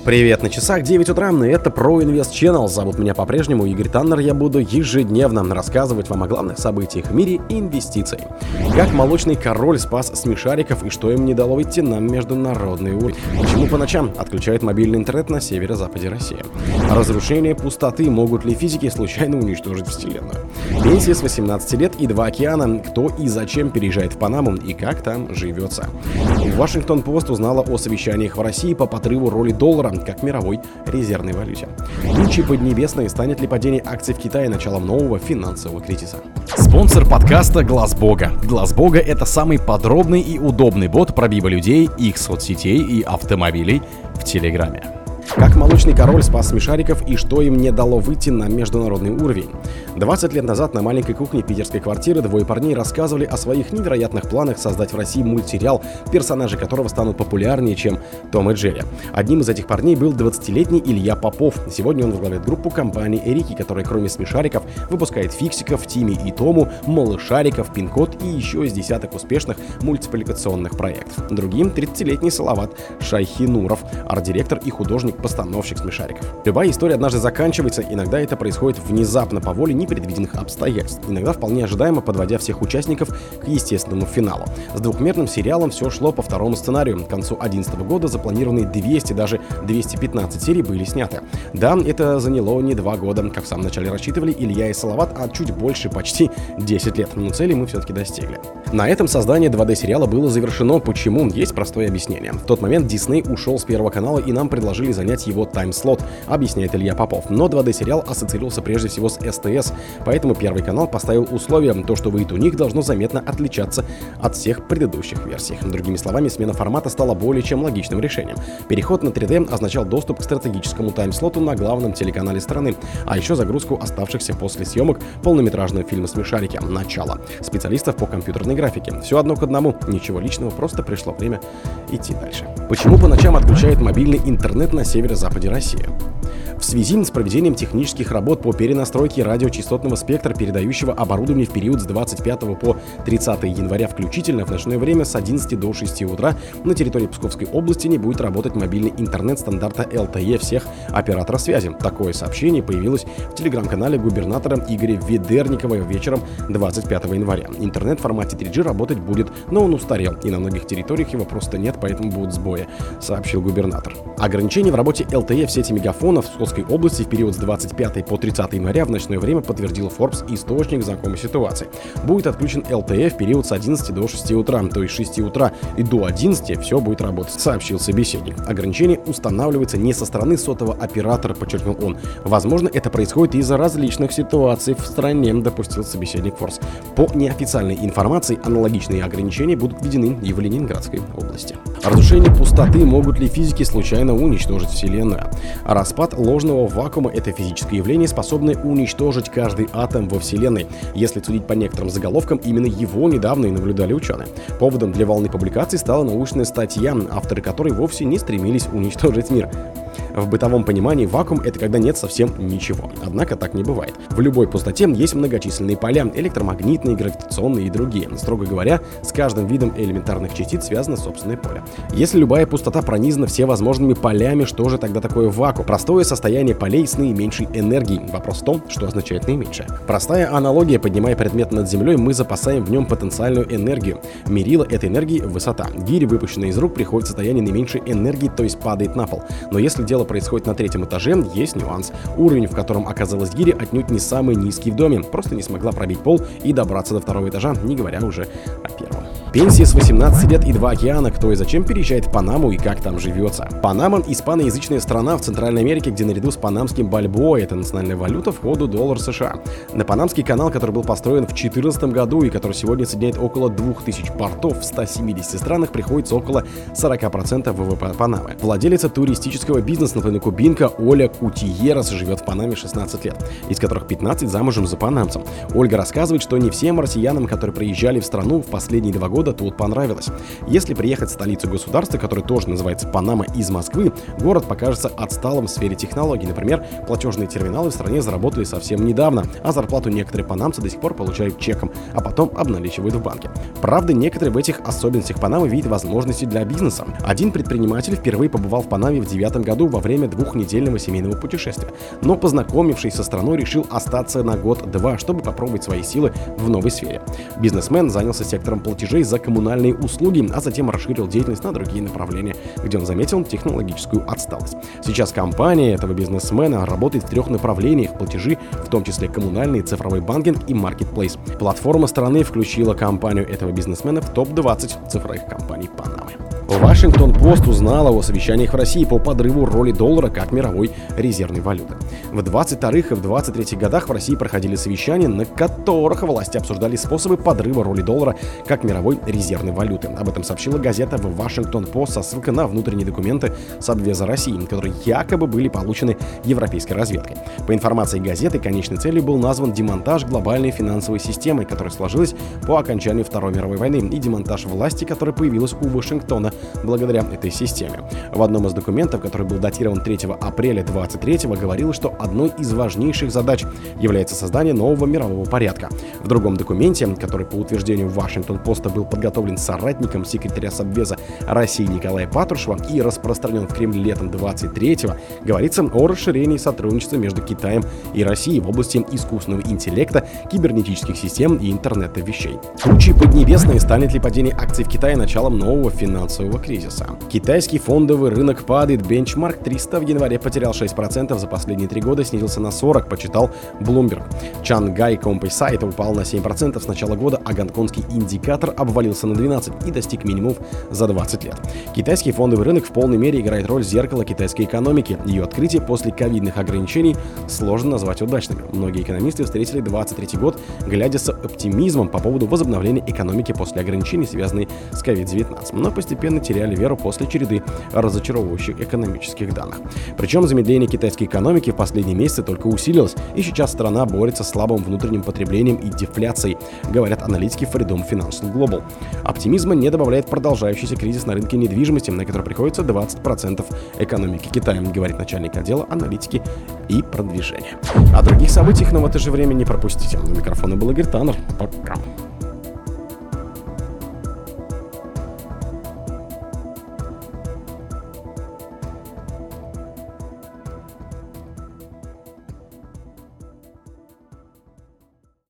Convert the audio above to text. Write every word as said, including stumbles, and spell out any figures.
Привет, на часах девять утра, и это Pro Invest Channel. Зовут меня по-прежнему Игорь Таннер. Я буду ежедневно рассказывать вам о главных событиях в мире инвестиций. Как молочный король спас смешариков и что им не дало выйти на международный уровень. Почему по ночам отключают мобильный интернет на северо-западе России. Разрушение пустоты. Могут ли физики случайно уничтожить Вселенную? Пенсия с восемнадцати лет и два океана. Кто и зачем переезжает в Панаму и как там живется. Вашингтон-Пост узнала о совещаниях в России по подрыву роли доллара как мировой резервной валюте. Тучи поднебесные. Станет ли падение акций в Китае началом нового финансового кризиса? Спонсор подкаста Глаз Бога. Глаз Бога — это самый подробный и удобный бот пробива людей, их соцсетей и автомобилей в Телеграме. Как молочный король спас смешариков и что им не дало выйти на международный уровень. двадцать лет назад на маленькой кухне питерской квартиры двое парней рассказывали о своих невероятных планах создать в России мультсериал, персонажи которого станут популярнее, чем Том и Джерри. Одним из этих парней был двадцатилетний Илья Попов. Сегодня он возглавляет группу компании Эрики, которая кроме смешариков выпускает фиксиков, Тимми и Тому, малышариков, пин-код и еще из десяток успешных мультипликационных проектов. Другим — тридцатилетний Салават Шайхинуров, арт-директор и художник постановщик смешариков. Любая история однажды заканчивается, иногда это происходит внезапно по воле непредвиденных обстоятельств, иногда вполне ожидаемо, подводя всех участников к естественному финалу. С двухмерным сериалом все шло по второму сценарию. К концу две тысячи одиннадцатого года запланированные двести, даже двести пятнадцать серий были сняты. Да, это заняло не два года, как в самом начале рассчитывали Илья и Салават, а чуть больше, почти десять лет. Но цели мы все-таки достигли. На этом создание два дэ-сериала было завершено. Почему? Есть простое объяснение. В тот момент Disney ушел с Первого канала, и нам предложили занять его тайм-слот, объясняет Илья Попов. Но два дэ-сериал ассоциировался прежде всего с эс тэ эс, поэтому Первый канал поставил условие, то, что выйдет у них, должно заметно отличаться от всех предыдущих версий. Другими словами, смена формата стала более чем логичным решением. Переход на три дэ означал доступ к стратегическому тайм-слоту на главном телеканале страны, а еще загрузку оставшихся после съемок полнометражного фильма «Смешарики. Начало» специалистов по компьютерной графике. Все одно к одному, ничего личного, просто пришло время идти дальше. Почему по ночам отключают мобильный интернет на северо-западе России? В связи с проведением технических работ по перенастройке радиочастотного спектра передающего оборудования в период с двадцать пятого по тридцатое января включительно в ночное время с одиннадцати до шести утра на территории Псковской области не будет работать мобильный интернет стандарта эл тэ е всех операторов связи. Такое сообщение появилось в телеграм-канале губернатора Игоря Ведерникова вечером двадцать пятого января. Интернет в формате три джи работать будет, но он устарел, и на многих территориях его просто нет, поэтому будут сбои, сообщил губернатор. Ограничения в работе эл тэ е в сети мегафонов в Псковской области в период с двадцать пятого по тридцатое января в ночное время подтвердил Forbes, источник знакомой ситуации. Будет отключен эл тэ е в период с одиннадцати до шести утра, то есть с шести утра и до одиннадцати все будет работать, сообщил собеседник. Ограничение устанавливается не со стороны сотового оператора, подчеркнул он. Возможно, это происходит из-за различных ситуаций в стране, допустил собеседник Forbes. По неофициальной информации, аналогичные ограничения будут введены и в Ленинградской области. Разрушение пустоты. Могут ли физики случайно уничтожить Вселенную? Распад ложного вакуума — это физическое явление, способное уничтожить каждый атом во Вселенной. Если судить по некоторым заголовкам, именно его недавно и наблюдали ученые. Поводом для волны публикаций стала научная статья, авторы которой вовсе не стремились уничтожить мир. В бытовом понимании вакуум — это когда нет совсем ничего. Однако так не бывает. В любой пустоте есть многочисленные поля — электромагнитные, гравитационные и другие. Строго говоря, с каждым видом элементарных частиц связано собственное поле. Если любая пустота пронизана всевозможными полями, что же тогда такое вакуум? Простое состояние полей с наименьшей энергией. Вопрос в том, что означает наименьшее. Простая аналогия: поднимая предмет над землей, мы запасаем в нем потенциальную энергию. Мерило этой энергии — высота. Гирь, выпущенная из рук, приходит в состояние наименьшей энергии, то есть падает на пол. Но если дело происходит на третьем этаже, есть нюанс. Уровень, в котором оказалась гиря, отнюдь не самый низкий в доме, просто не смогла пробить пол и добраться до второго этажа, не говоря уже о первом. Пенсия с восемнадцати лет и два океана. Кто и зачем переезжает в Панаму и как там живется? Панама — испаноязычная страна в Центральной Америке, где наряду с панамским бальбоа, это национальная валюта, входу доллар США. На Панамский канал, который был построен в две тысячи четырнадцатом году и который сегодня соединяет около двух тысяч портов в ста семидесяти странах, приходится около сорока процентов вэ вэ пэ Панамы. Владелица туристического бизнеса на кубинка Оля Кутиерас живет в Панаме шестнадцать лет, из которых пятнадцать замужем за панамцем. Ольга рассказывает, что не всем россиянам, которые приезжали в страну в последние два года, года тут понравилось. Если приехать в столицу государства, которая тоже называется Панама, из Москвы, город покажется отсталым в сфере технологий. Например, платежные терминалы в стране заработали совсем недавно, а зарплату некоторые панамцы до сих пор получают чеком, а потом обналичивают в банке. Правда, некоторые в этих особенностях Панамы видят возможности для бизнеса. Один предприниматель впервые побывал в Панаме в две тысячи девятом году во время двухнедельного семейного путешествия, но, познакомившись со страной, решил остаться на год-два, чтобы попробовать свои силы в новой сфере. Бизнесмен занялся сектором платежей за коммунальные услуги, а затем расширил деятельность на другие направления, где он заметил технологическую отсталость. Сейчас компания этого бизнесмена работает в трех направлениях платежи, в том числе коммунальный, цифровой банкинг и маркетплейс. Платформа страны включила компанию этого бизнесмена в топ двадцать цифровых компаний Панамы. Вашингтон-Пост узнала о совещаниях в России по подрыву роли доллара как мировой резервной валюты. В двадцать вторых и в двадцать третьих годах в России проходили совещания, на которых власти обсуждали способы подрыва роли доллара как мировой резервной валюты. Об этом сообщила газета в Вашингтон-Пост со ссылкой на внутренние документы Совбеза России, которые якобы были получены европейской разведкой. По информации газеты, конечной целью был назван демонтаж глобальной финансовой системы, которая сложилась по окончанию Второй мировой войны, и демонтаж власти, которая появилась у Вашингтона благодаря этой системе. В одном из документов, который был датирован третьего апреля двадцать третьего, говорилось, что одной из важнейших задач является создание нового мирового порядка. В другом документе, который по утверждению Вашингтон-Поста был подготовлен соратником секретаря Совбеза России Николая Патрушева и распространен в Кремле летом двадцать третьего, говорится о расширении сотрудничества между Китаем и Россией в области искусственного интеллекта, кибернетических систем и интернета вещей. Тучи поднебесные, станет ли падение акций в Китае началом нового финансового кризиса. Китайский фондовый рынок падает, бенчмарк триста в январе потерял шесть процентов, за последние три года снизился на сорок процентов, почитал Bloomberg. Шанghai Композайт упал на семь процентов с начала года, а гонконгский индикатор обвалился на двенадцать процентов и достиг минимумов за двадцать лет. Китайский фондовый рынок в полной мере играет роль зеркала китайской экономики. Ее открытие после ковидных ограничений сложно назвать удачными. Многие экономисты встретили двадцать третий год, глядя с оптимизмом по поводу возобновления экономики после ограничений, связанных с ковид девятнадцать, но постепенно теряли веру после череды разочаровывающих экономических данных. Причем замедление китайской экономики в последние месяцы только усилилось, и сейчас страна борется с слабым внутренним потреблением и дефляцией, говорят аналитики Freedom Financial Global. Оптимизма не добавляет продолжающийся кризис на рынке недвижимости, на который приходится двадцать процентов экономики Китая, говорит начальник отдела аналитики и продвижения. О других событиях, но в это же время не пропустите. У микрофона был Игорь Таннер. Пока.